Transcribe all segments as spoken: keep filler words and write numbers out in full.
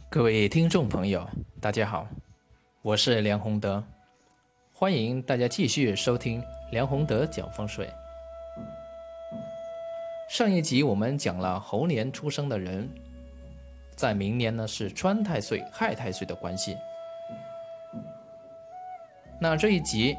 各位听众朋友，大家好，我是梁宏德，欢迎大家继续收听梁宏德讲风水。上一集我们讲了猴年出生的人，在明年呢是穿太岁、害太岁的关系。那这一集，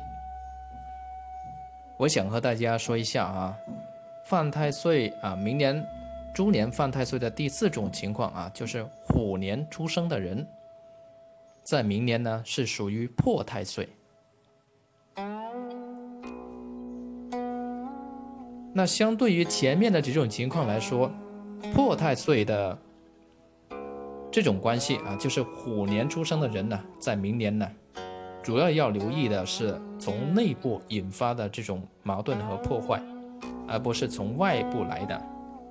我想和大家说一下啊，犯太岁啊，明年猪年犯太岁的第四种情况啊，就是虎年出生的人，在明年呢是属于破太岁。那相对于前面的几种情况来说，破太岁的这种关系啊，就是虎年出生的人呢，在明年呢，主要要留意的是从内部引发的这种矛盾和破坏，而不是从外部来的。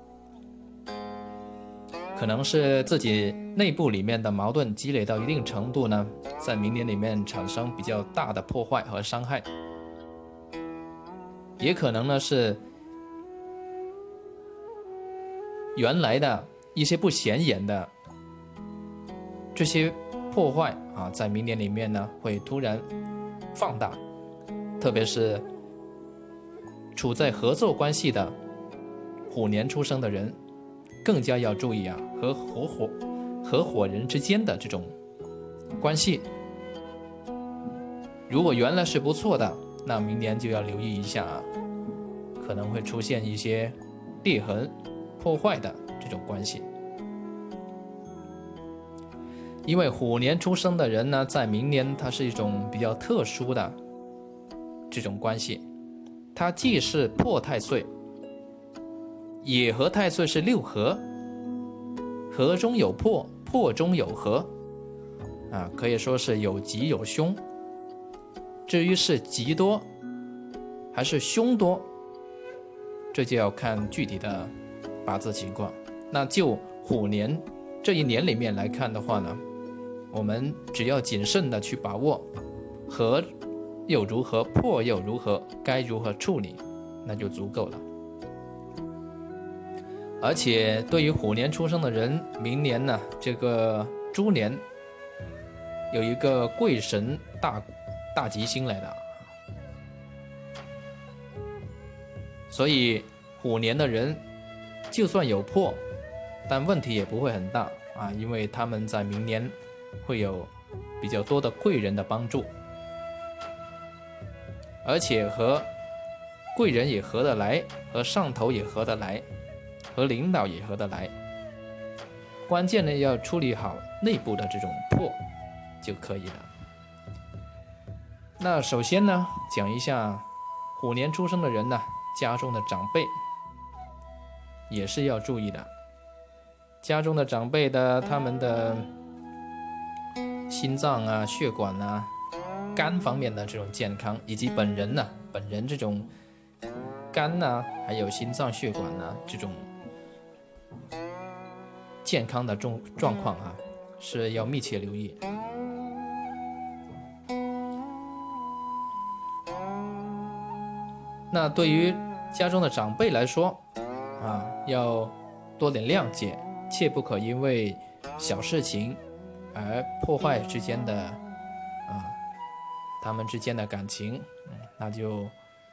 可能是自己内部里面的矛盾积累到一定程度呢，在明年里面产生比较大的破坏和伤害，也可能呢是原来的一些不显眼的这些破坏啊，在明年里面呢会突然放大，特别是处在合作关系的虎年出生的人，更加要注意啊，和合伙合伙人之间的这种关系，如果原来是不错的，那明年就要留意一下啊，可能会出现一些裂痕、破坏的这种关系。因为虎年出生的人呢，在明年它是一种比较特殊的这种关系，它既是破太岁，也和太岁是六合，合中有破，破中有合啊，可以说是有吉有凶。至于是吉多还是凶多，这就要看具体的八字情况。那就虎年这一年里面来看的话呢，我们只要谨慎的去把握合又如何，破又如何，该如何处理，那就足够了。而且对于虎年出生的人，明年呢，这个猪年有一个贵神大大吉星来的，所以虎年的人就算有破，但问题也不会很大啊，因为他们在明年会有比较多的贵人的帮助，而且和贵人也合得来，和上头也合得来，和领导也合得来。关键呢，要处理好内部的这种破就可以了。那首先呢，讲一下虎年出生的人呢，家中的长辈也是要注意的。家中的长辈的他们的心脏啊、血管啊、肝方面的这种健康，以及本人呢、啊，本人这种肝啊，还有心脏血管啊这种健康的状状况啊，是要密切留意。那对于家中的长辈来说啊，要多点谅解，切不可因为小事情而破坏之间的啊他们之间的感情，那就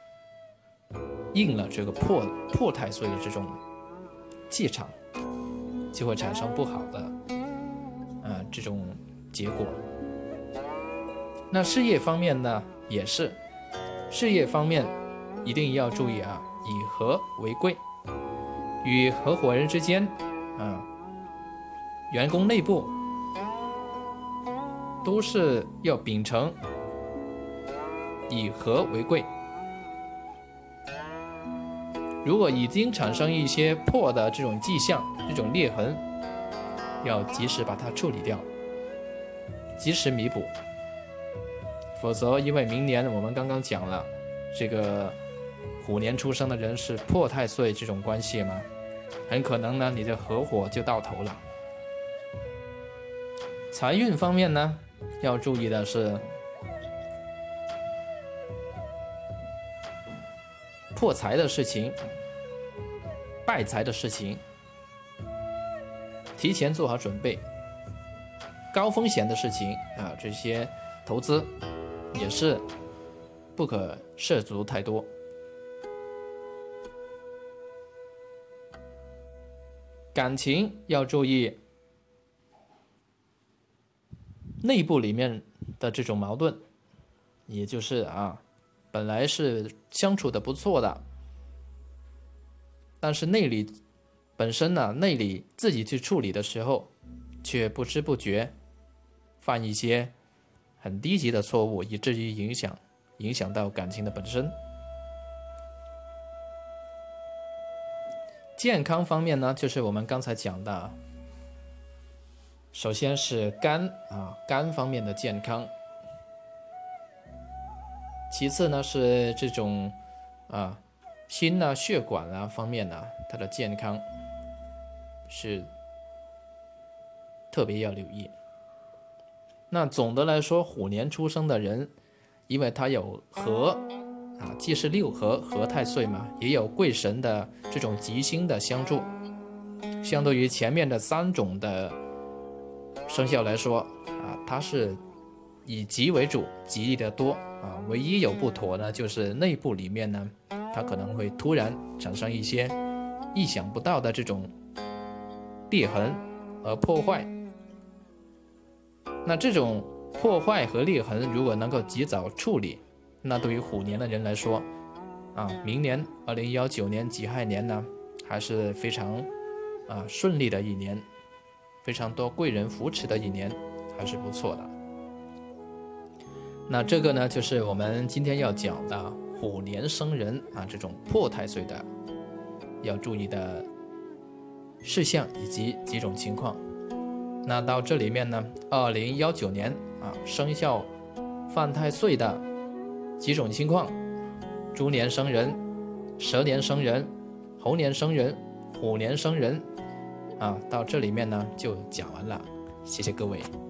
应了这个破破太岁的这种气场，就会产生不好的啊这种结果。那事业方面呢，也是事业方面一定要注意啊，以和为贵，与合伙人之间啊，员工内部都是要秉承以和为贵。如果已经产生一些破的这种迹象，这种裂痕，要及时把它处理掉，及时弥补。否则因为明年我们刚刚讲了，这个虎年出生的人是破太岁这种关系嘛，很可能呢你的合伙就到头了。财运方面呢，要注意的是破财的事情、败财的事情，提前做好准备， 高风险的事情啊，这些投资也是不可涉足太多。感情要注意内部里面的这种矛盾，也就是啊，本来是相处的不错的，但是内里本身呢，内里自己去处理的时候，却不知不觉犯一些很低级的错误，以至于影响影响到感情的本身。健康方面呢，就是我们刚才讲的，首先是肝啊，肝方面的健康，其次呢是这种啊心啊血管啊方面呢，它的健康是特别要留意。那总的来说，虎年出生的人，因为他有合啊，既是六合合太岁嘛，也有贵神的这种吉星的相助，相对于前面的三种的生肖来说啊，它是以吉为主，吉利的多啊。唯一有不妥呢，就是内部里面呢，它可能会突然产生一些意想不到的这种裂痕和破坏。那这种破坏和裂痕如果能够及早处理，那对于虎年的人来说啊，明年二零一九年己亥年呢，还是非常啊顺利的一年，非常多贵人扶持的一年，还是不错的。那这个呢，就是我们今天要讲的虎年生人啊，这种破太岁的要注意的事项以及几种情况。那到这里面呢，二零一九年啊生肖犯太岁的几种情况：猪年生人、蛇年生人、猴年生人、虎年生人啊，到这里面呢就讲完了，谢谢各位。